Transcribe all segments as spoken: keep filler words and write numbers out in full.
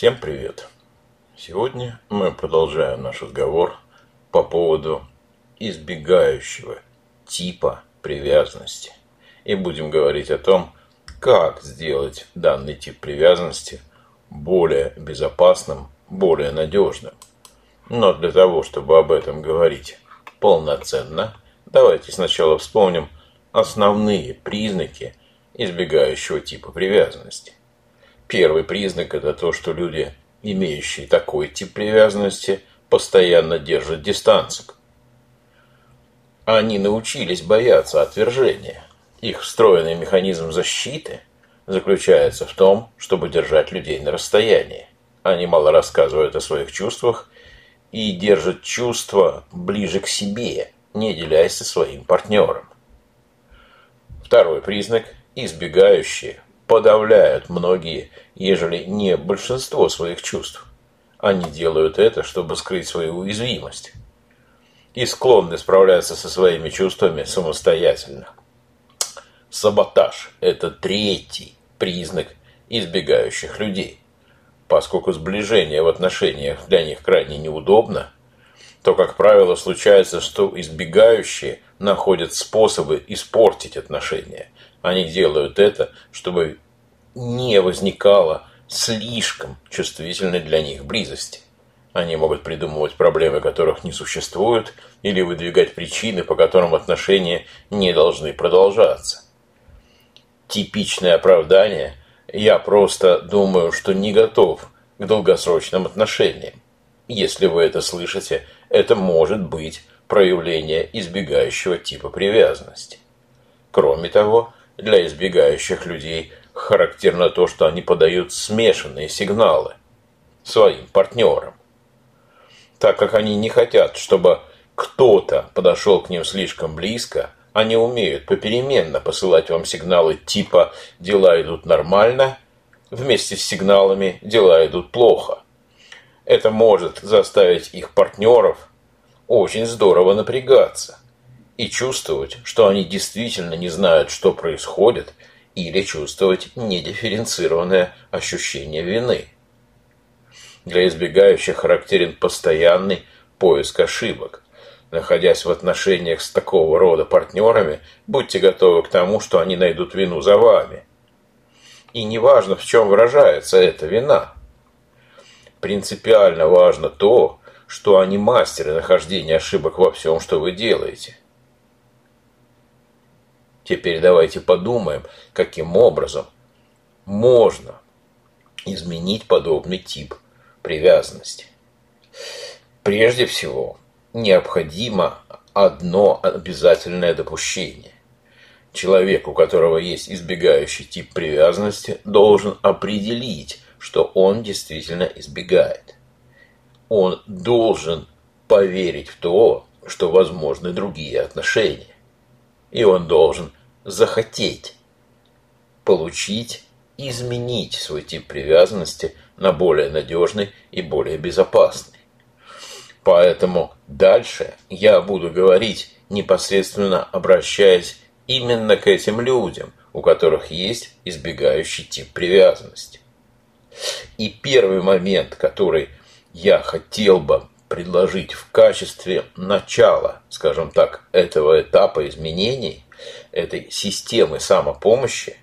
Всем привет! Сегодня мы продолжаем наш разговор по поводу избегающего типа привязанности. И будем говорить о том, как сделать данный тип привязанности более безопасным, более надежным. Но для того, чтобы об этом говорить полноценно, давайте сначала вспомним основные признаки избегающего типа привязанности. Первый признак – это то, что люди, имеющие такой тип привязанности, постоянно держат дистанцию. Они научились бояться отвержения. Их встроенный механизм защиты заключается в том, чтобы держать людей на расстоянии. Они мало рассказывают о своих чувствах и держат чувства ближе к себе, не делясь со своим партнером. Второй признак – избегающие подавляют многие, ежели не большинство своих чувств. Они делают это, чтобы скрыть свою уязвимость. И склонны справляться со своими чувствами самостоятельно. Саботаж – это третий признак избегающих людей. Поскольку сближение в отношениях для них крайне неудобно, то, как правило, случается, что избегающие находят способы испортить отношения. Они делают это, чтобы не возникало слишком чувствительной для них близости. Они могут придумывать проблемы, которых не существует, или выдвигать причины, по которым отношения не должны продолжаться. Типичное оправдание – я просто думаю, что не готов к долгосрочным отношениям. Если вы это слышите, это может быть проявление избегающего типа привязанности. Кроме того, для избегающих людей характерно то, что они подают смешанные сигналы своим партнерам. Так как они не хотят, чтобы кто-то подошел к ним слишком близко, они умеют попеременно посылать вам сигналы типа «дела идут нормально», вместе с сигналами «дела идут плохо». Это может заставить их партнеров очень здорово напрягаться и чувствовать, что они действительно не знают, что происходит, или чувствовать недифференцированное ощущение вины. Для избегающих характерен постоянный поиск ошибок. Находясь в отношениях с такого рода партнерами, будьте готовы к тому, что они найдут вину за вами. И неважно, в чем выражается эта вина. Принципиально важно то, что они мастеры нахождения ошибок во всем, что вы делаете. Теперь давайте подумаем, каким образом можно изменить подобный тип привязанности. Прежде всего, необходимо одно обязательное допущение. Человек, у которого есть избегающий тип привязанности, должен определить, что он действительно избегает. Он должен поверить в то, что возможны другие отношения. И он должен захотеть получить, изменить свой тип привязанности на более надежный и более безопасный. Поэтому дальше я буду говорить, непосредственно обращаясь именно к этим людям, у которых есть избегающий тип привязанности. И первый момент, который я хотел бы предложить в качестве начала, скажем так, этого этапа изменений, этой системы самопомощи,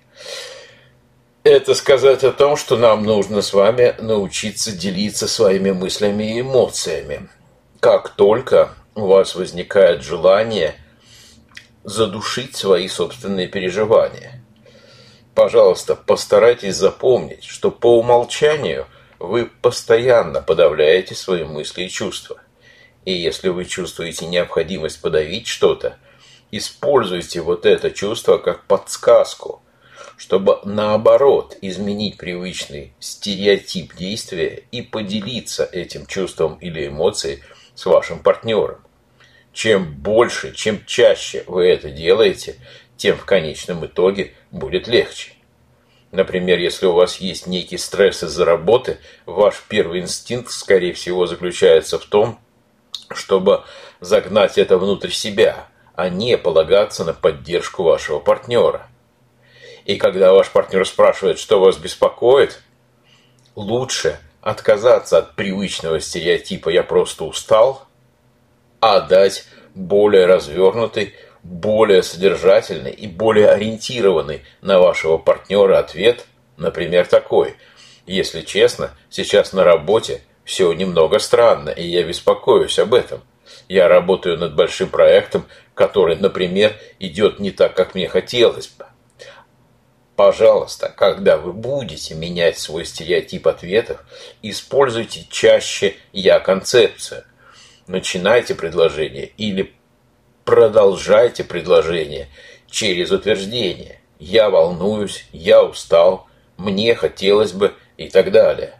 это сказать о том, что нам нужно с вами научиться делиться своими мыслями и эмоциями. Как только у вас возникает желание задушить свои собственные переживания, пожалуйста, постарайтесь запомнить, что по умолчанию вы постоянно подавляете свои мысли и чувства. И если вы чувствуете необходимость подавить что-то, используйте вот это чувство как подсказку, чтобы наоборот изменить привычный стереотип действия и поделиться этим чувством или эмоцией с вашим партнером. Чем больше, чем чаще вы это делаете, тем в конечном итоге будет легче. Например, если у вас есть некий стресс из-за работы, ваш первый инстинкт, скорее всего, заключается в том, чтобы загнать это внутрь себя, а не полагаться на поддержку вашего партнера. И когда ваш партнер спрашивает, что вас беспокоит, лучше отказаться от привычного стереотипа «я просто устал», а дать более развернутый, более содержательный и более ориентированный на вашего партнера ответ, например, такой: «Если честно, сейчас на работе все немного странно, и я беспокоюсь об этом. Я работаю над большим проектом, который, например, идет не так, как мне хотелось бы». Пожалуйста, когда вы будете менять свой стереотип ответов, используйте чаще «я-концепцию». Начинайте предложение или продолжайте предложение через утверждение «я волнуюсь», «я устал», «мне хотелось бы» и так далее.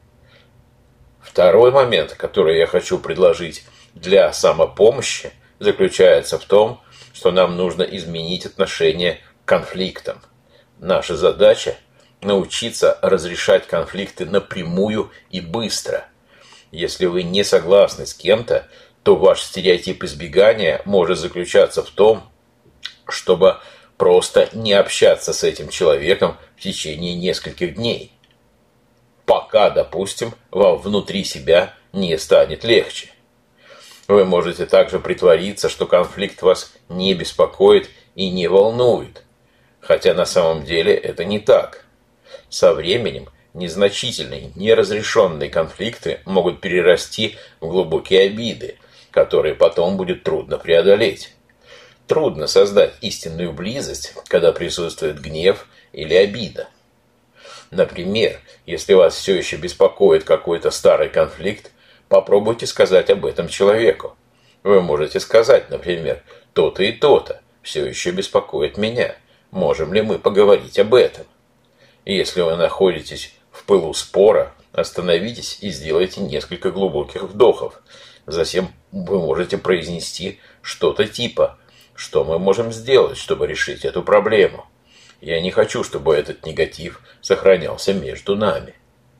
Второй момент, который я хочу предложить для самопомощи, заключается в том, что нам нужно изменить отношение к конфликтам. Наша задача – научиться разрешать конфликты напрямую и быстро. Если вы не согласны с кем-то, то ваш стереотип избегания может заключаться в том, чтобы просто не общаться с этим человеком в течение нескольких дней, пока, допустим, вам внутри себя не станет легче. Вы можете также притвориться, что конфликт вас не беспокоит и не волнует, хотя на самом деле это не так. Со временем незначительные, неразрешенные конфликты могут перерасти в глубокие обиды, которые потом будет трудно преодолеть. Трудно создать истинную близость, когда присутствует гнев или обида. Например, если вас все еще беспокоит какой-то старый конфликт, попробуйте сказать об этом человеку. Вы можете сказать, например, «то-то и то-то все еще беспокоит меня. Можем ли мы поговорить об этом?» И если вы находитесь в пылу спора, остановитесь и сделайте несколько глубоких вдохов. Затем вы можете произнести что-то типа: «Что мы можем сделать, чтобы решить эту проблему? Я не хочу, чтобы этот негатив сохранялся между нами».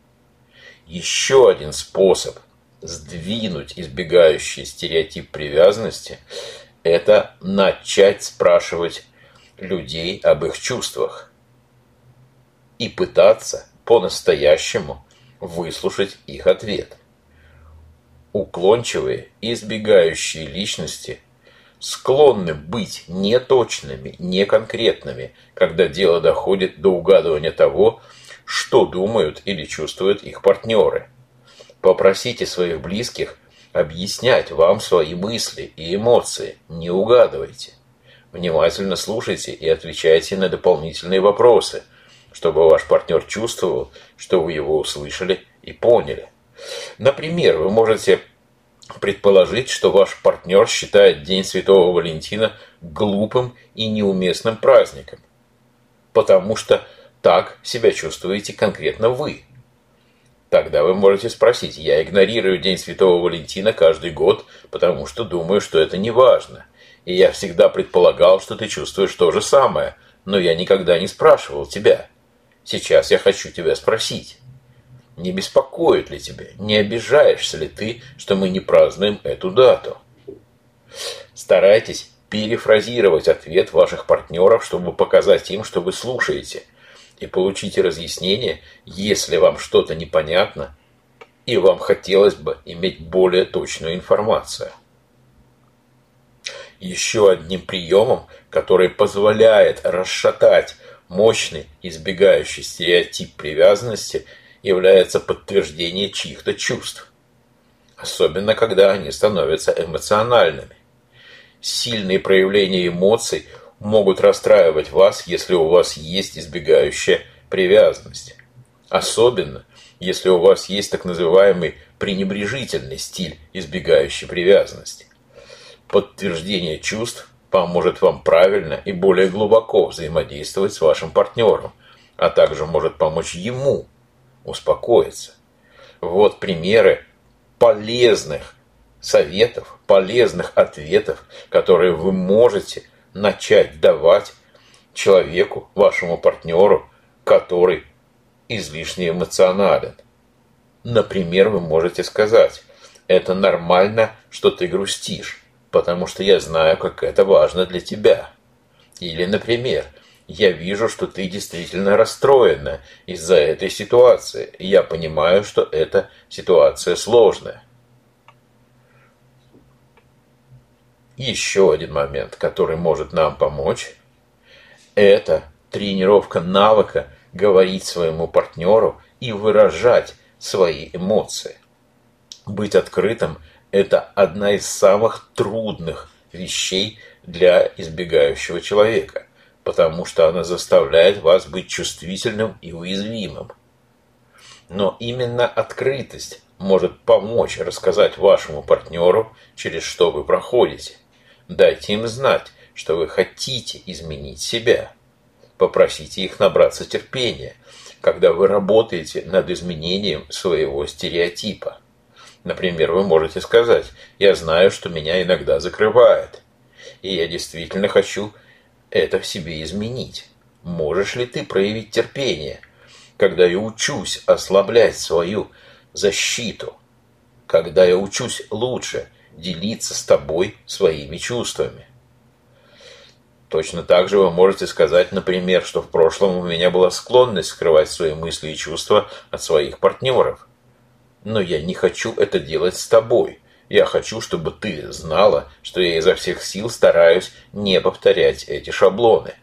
Еще один способ сдвинуть избегающий стереотип привязанности – это начать спрашивать людей об их чувствах и пытаться по-настоящему выслушать их ответ. Уклончивые и избегающие личности склонны быть неточными, неконкретными, когда дело доходит до угадывания того, что думают или чувствуют их партнеры. Попросите своих близких объяснять вам свои мысли и эмоции, не угадывайте. Внимательно слушайте и отвечайте на дополнительные вопросы, чтобы ваш партнер чувствовал, что вы его услышали и поняли. Например, вы можете предположить, что ваш партнер считает День Святого Валентина глупым и неуместным праздником, потому что так себя чувствуете конкретно вы. Тогда вы можете спросить: «Я игнорирую День Святого Валентина каждый год, потому что думаю, что это не важно. И я всегда предполагал, что ты чувствуешь то же самое, но я никогда не спрашивал тебя. Сейчас я хочу тебя спросить. Не беспокоит ли тебя, не обижаешься ли ты, что мы не празднуем эту дату?» Старайтесь перефразировать ответ ваших партнеров, чтобы показать им, что вы слушаете, и получите разъяснение, если вам что-то непонятно, и вам хотелось бы иметь более точную информацию. Еще одним приемом, который позволяет расшатать мощный избегающий стереотип привязанности, является подтверждение чьих-то чувств, особенно когда они становятся эмоциональными. Сильные проявления эмоций могут расстраивать вас, если у вас есть избегающая привязанность. Особенно, если у вас есть так называемый пренебрежительный стиль избегающей привязанности. Подтверждение чувств поможет вам правильно и более глубоко взаимодействовать с вашим партнером, а также может помочь ему успокоиться. Вот примеры полезных советов, полезных ответов, которые вы можете начать давать человеку, вашему партнеру, который излишне эмоционален. Например, вы можете сказать: «Это нормально, что ты грустишь, потому что я знаю, как это важно для тебя». Или, например, Я вижу, что ты действительно расстроена из-за этой ситуации. Я понимаю, что эта ситуация сложная. Еще один момент, который может нам помочь, это тренировка навыка говорить своему партнеру и выражать свои эмоции. Быть открытым – это одна из самых трудных вещей для избегающего человека, потому что она заставляет вас быть чувствительным и уязвимым. Но именно открытость может помочь рассказать вашему партнеру, через что вы проходите. Дайте им знать, что вы хотите изменить себя. Попросите их набраться терпения, когда вы работаете над изменением своего стереотипа. Например, вы можете сказать: «Я знаю, что меня иногда закрывает, и я действительно хочу это в себе изменить. Можешь ли ты проявить терпение, когда я учусь ослаблять свою защиту, когда я учусь лучше делиться с тобой своими чувствами?» Точно так же вы можете сказать, например, что в прошлом у меня была склонность скрывать свои мысли и чувства от своих партнеров. Но я не хочу это делать с тобой. Я хочу, чтобы ты знала, что я изо всех сил стараюсь не повторять эти шаблоны.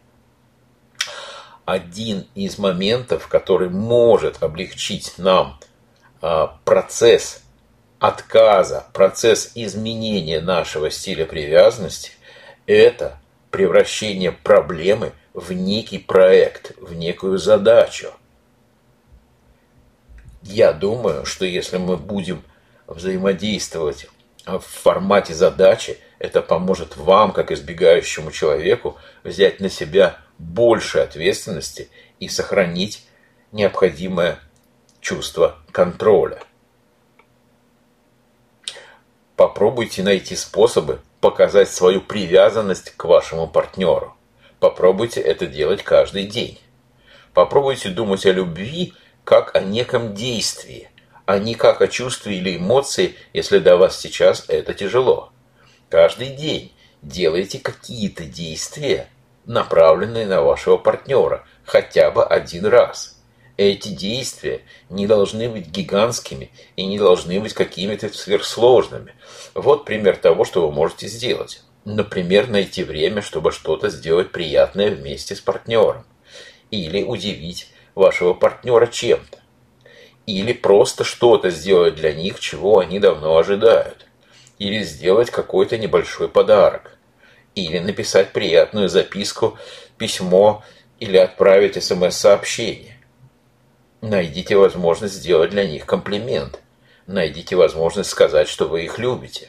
Один из моментов, который может облегчить нам а, процесс отказа, процесс изменения нашего стиля привязанности, это превращение проблемы в некий проект, в некую задачу. Я думаю, что если мы будем взаимодействовать в формате задачи, это поможет вам, как избегающему человеку, взять на себя больше ответственности и сохранить необходимое чувство контроля. Попробуйте найти способы показать свою привязанность к вашему партнеру. Попробуйте это делать каждый день. Попробуйте думать о любви как о неком действии, а не как о чувстве или эмоции, если для вас сейчас это тяжело. Каждый день делайте какие-то действия, направленные на вашего партнера, хотя бы один раз. Эти действия не должны быть гигантскими и не должны быть какими-то сверхсложными. Вот пример того, что вы можете сделать. Например, найти время, чтобы что-то сделать приятное вместе с партнером. Или удивить вашего партнера чем-то. Или просто что-то сделать для них, чего они давно ожидают. Или сделать какой-то небольшой подарок. Или написать приятную записку, письмо, или отправить смс-сообщение. Найдите возможность сделать для них комплимент. Найдите возможность сказать, что вы их любите.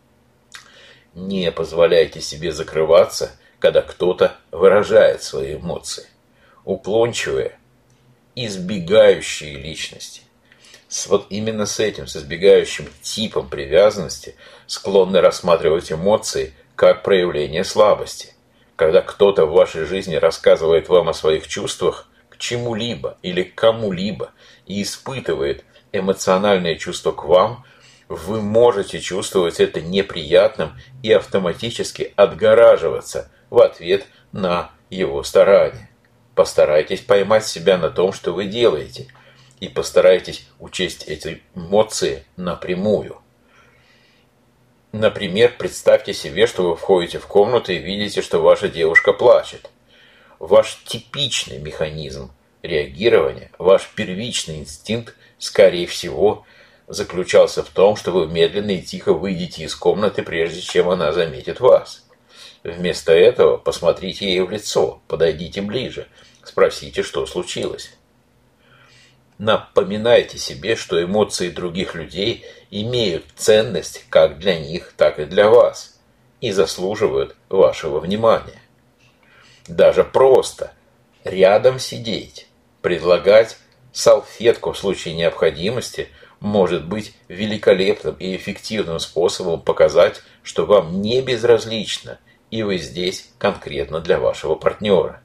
Не позволяйте себе закрываться, когда кто-то выражает свои эмоции. Уклончивые, избегающие личности. С, вот именно с этим, с избегающим типом привязанности, склонны рассматривать эмоции как проявление слабости. Когда кто-то в вашей жизни рассказывает вам о своих чувствах к чему-либо или к кому-либо и испытывает эмоциональное чувство к вам, вы можете чувствовать это неприятным и автоматически отгораживаться в ответ на его старания. Постарайтесь поймать себя на том, что вы делаете, и постарайтесь учесть эти эмоции напрямую. Например, представьте себе, что вы входите в комнату и видите, что ваша девушка плачет. Ваш типичный механизм реагирования, ваш первичный инстинкт, скорее всего, заключался в том, что вы медленно и тихо выйдете из комнаты, прежде чем она заметит вас. Вместо этого посмотрите ей в лицо, подойдите ближе, спросите, что случилось. Напоминайте себе, что эмоции других людей имеют ценность как для них, так и для вас и заслуживают вашего внимания. Даже просто рядом сидеть, предлагать салфетку в случае необходимости может быть великолепным и эффективным способом показать, что вам не безразлично и вы здесь конкретно для вашего партнера.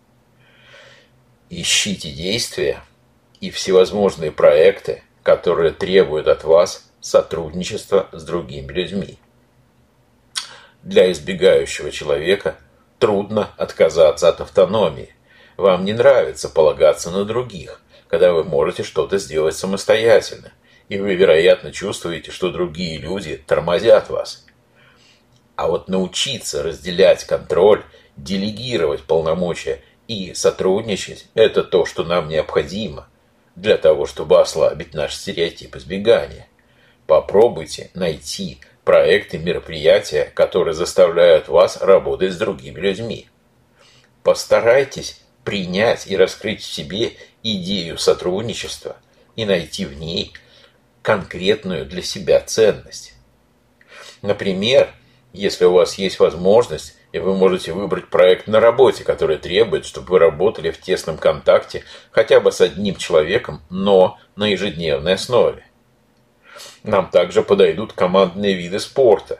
Ищите действия и всевозможные проекты, которые требуют от вас сотрудничества с другими людьми. Для избегающего человека трудно отказаться от автономии, Вам не нравится полагаться на других, когда вы можете что-то сделать самостоятельно, и вы, вероятно, чувствуете, что другие люди тормозят вас. А вот научиться разделять контроль, делегировать полномочия и сотрудничать – это то, что нам необходимо для того, чтобы ослабить наш стереотип избегания. Попробуйте найти проекты, мероприятия, которые заставляют вас работать с другими людьми. Постарайтесь принять и раскрыть в себе идею сотрудничества и найти в ней конкретную для себя ценность. Например, если у вас есть возможность, и вы можете выбрать проект на работе, который требует, чтобы вы работали в тесном контакте хотя бы с одним человеком, но на ежедневной основе. Нам также подойдут командные виды спорта,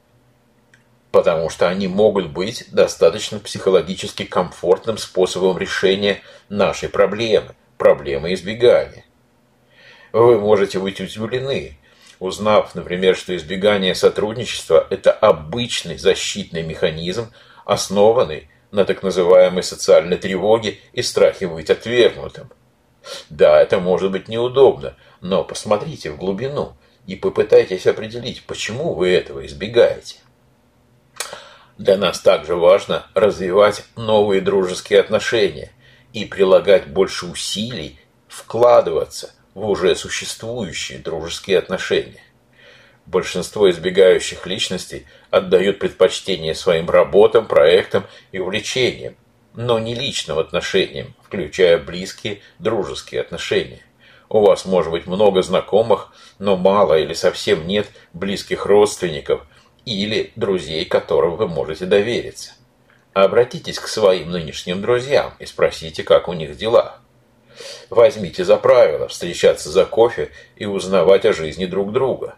потому что они могут быть достаточно психологически комфортным способом решения нашей проблемы, проблемы избегания. Вы можете быть удивлены, узнав, например, что избегание сотрудничества – это обычный защитный механизм, основанный на так называемой социальной тревоге и страхе быть отвергнутым. Да, это может быть неудобно, но посмотрите в глубину и попытайтесь определить, почему вы этого избегаете. Для нас также важно развивать новые дружеские отношения и прилагать больше усилий вкладываться в уже существующие дружеские отношения. Большинство избегающих личностей отдают предпочтение своим работам, проектам и увлечениям, но не личным отношениям, включая близкие дружеские отношения. У вас может быть много знакомых, но мало или совсем нет близких родственников или друзей, которым вы можете довериться. Обратитесь к своим нынешним друзьям и спросите, как у них дела. Возьмите за правило встречаться за кофе и узнавать о жизни друг друга.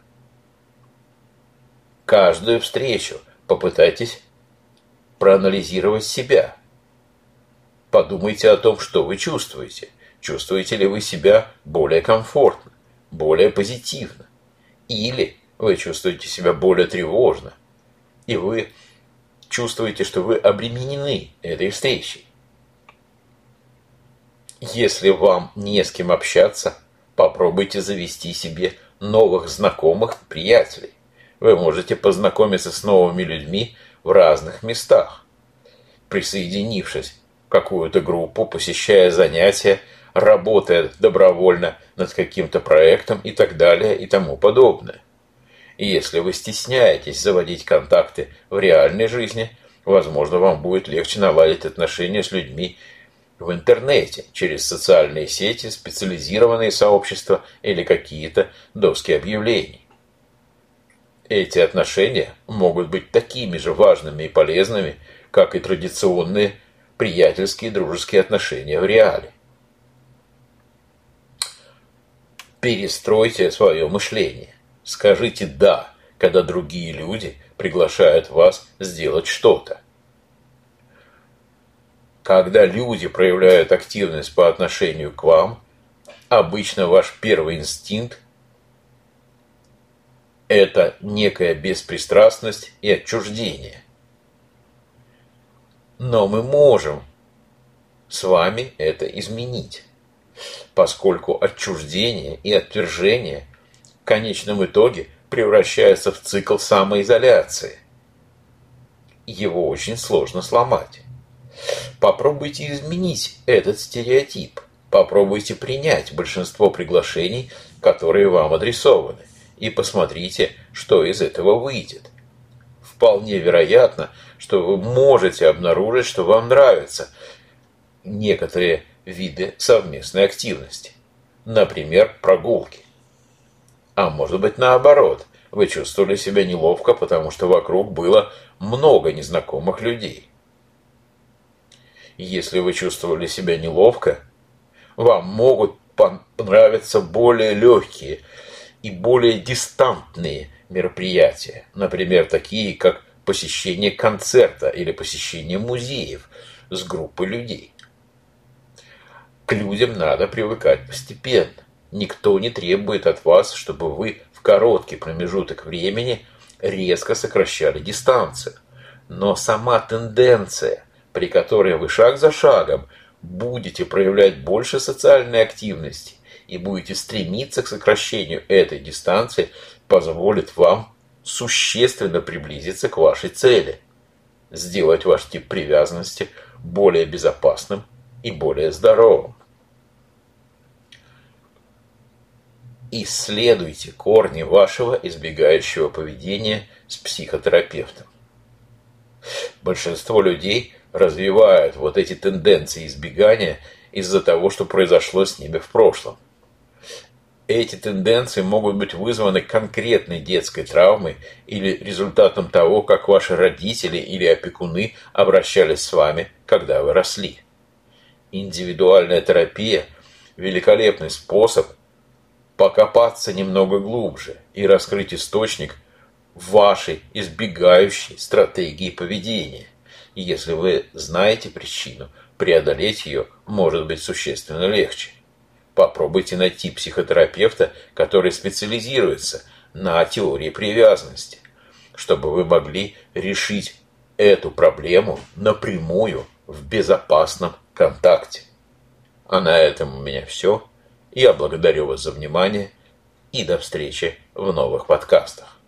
Каждую встречу попытайтесь проанализировать себя. Подумайте о том, что вы чувствуете. Чувствуете ли вы себя более комфортно, более позитивно? Или вы чувствуете себя более тревожно, и вы чувствуете, что вы обременены этой встречей? Если вам не с кем общаться, попробуйте завести себе новых знакомых и приятелей. Вы можете познакомиться с новыми людьми в разных местах, присоединившись в какую-то группу, посещая занятия, работая добровольно над каким-то проектом и так далее и тому подобное. И если вы стесняетесь заводить контакты в реальной жизни, возможно, вам будет легче наладить отношения с людьми в интернете, через социальные сети, специализированные сообщества или какие-то доски объявлений. Эти отношения могут быть такими же важными и полезными, как и традиционные приятельские и дружеские отношения в реале. Перестройте свое мышление. Скажите «да», когда другие люди приглашают вас сделать что-то. Когда люди проявляют активность по отношению к вам, обычно ваш первый инстинкт – это некая беспристрастность и отчуждение. Но мы можем с вами это изменить, поскольку отчуждение и отвержение в конечном итоге превращаются в цикл самоизоляции. Его очень сложно сломать. Попробуйте изменить этот стереотип. Попробуйте принять большинство приглашений, которые вам адресованы, и посмотрите, что из этого выйдет. Вполне вероятно, что вы можете обнаружить, что вам нравятся некоторые виды совместной активности. Например, прогулки. А может быть наоборот, вы чувствовали себя неловко, потому что вокруг было много незнакомых людей. Если вы чувствовали себя неловко, вам могут понравиться более легкие и более дистантные мероприятия, например, такие как посещение концерта или посещение музеев с группой людей. К людям надо привыкать постепенно. Никто не требует от вас, чтобы вы в короткий промежуток времени резко сокращали дистанцию. Но сама тенденция, при которой вы шаг за шагом будете проявлять больше социальной активности и будете стремиться к сокращению этой дистанции, позволит вам существенно приблизиться к вашей цели, сделать ваш тип привязанности более безопасным и более здоровым. Исследуйте корни вашего избегающего поведения с психотерапевтом. Большинство людей развивают вот эти тенденции избегания из-за того, что произошло с ними в прошлом. Эти тенденции могут быть вызваны конкретной детской травмой или результатом того, как ваши родители или опекуны обращались с вами, когда вы росли. Индивидуальная терапия – великолепный способ покопаться немного глубже и раскрыть источник вашей избегающей стратегии поведения. И если вы знаете причину, преодолеть ее может быть существенно легче. Попробуйте найти психотерапевта, который специализируется на теории привязанности, чтобы вы могли решить эту проблему напрямую в безопасном контакте. А на этом у меня все. Я благодарю вас за внимание и до встречи в новых подкастах.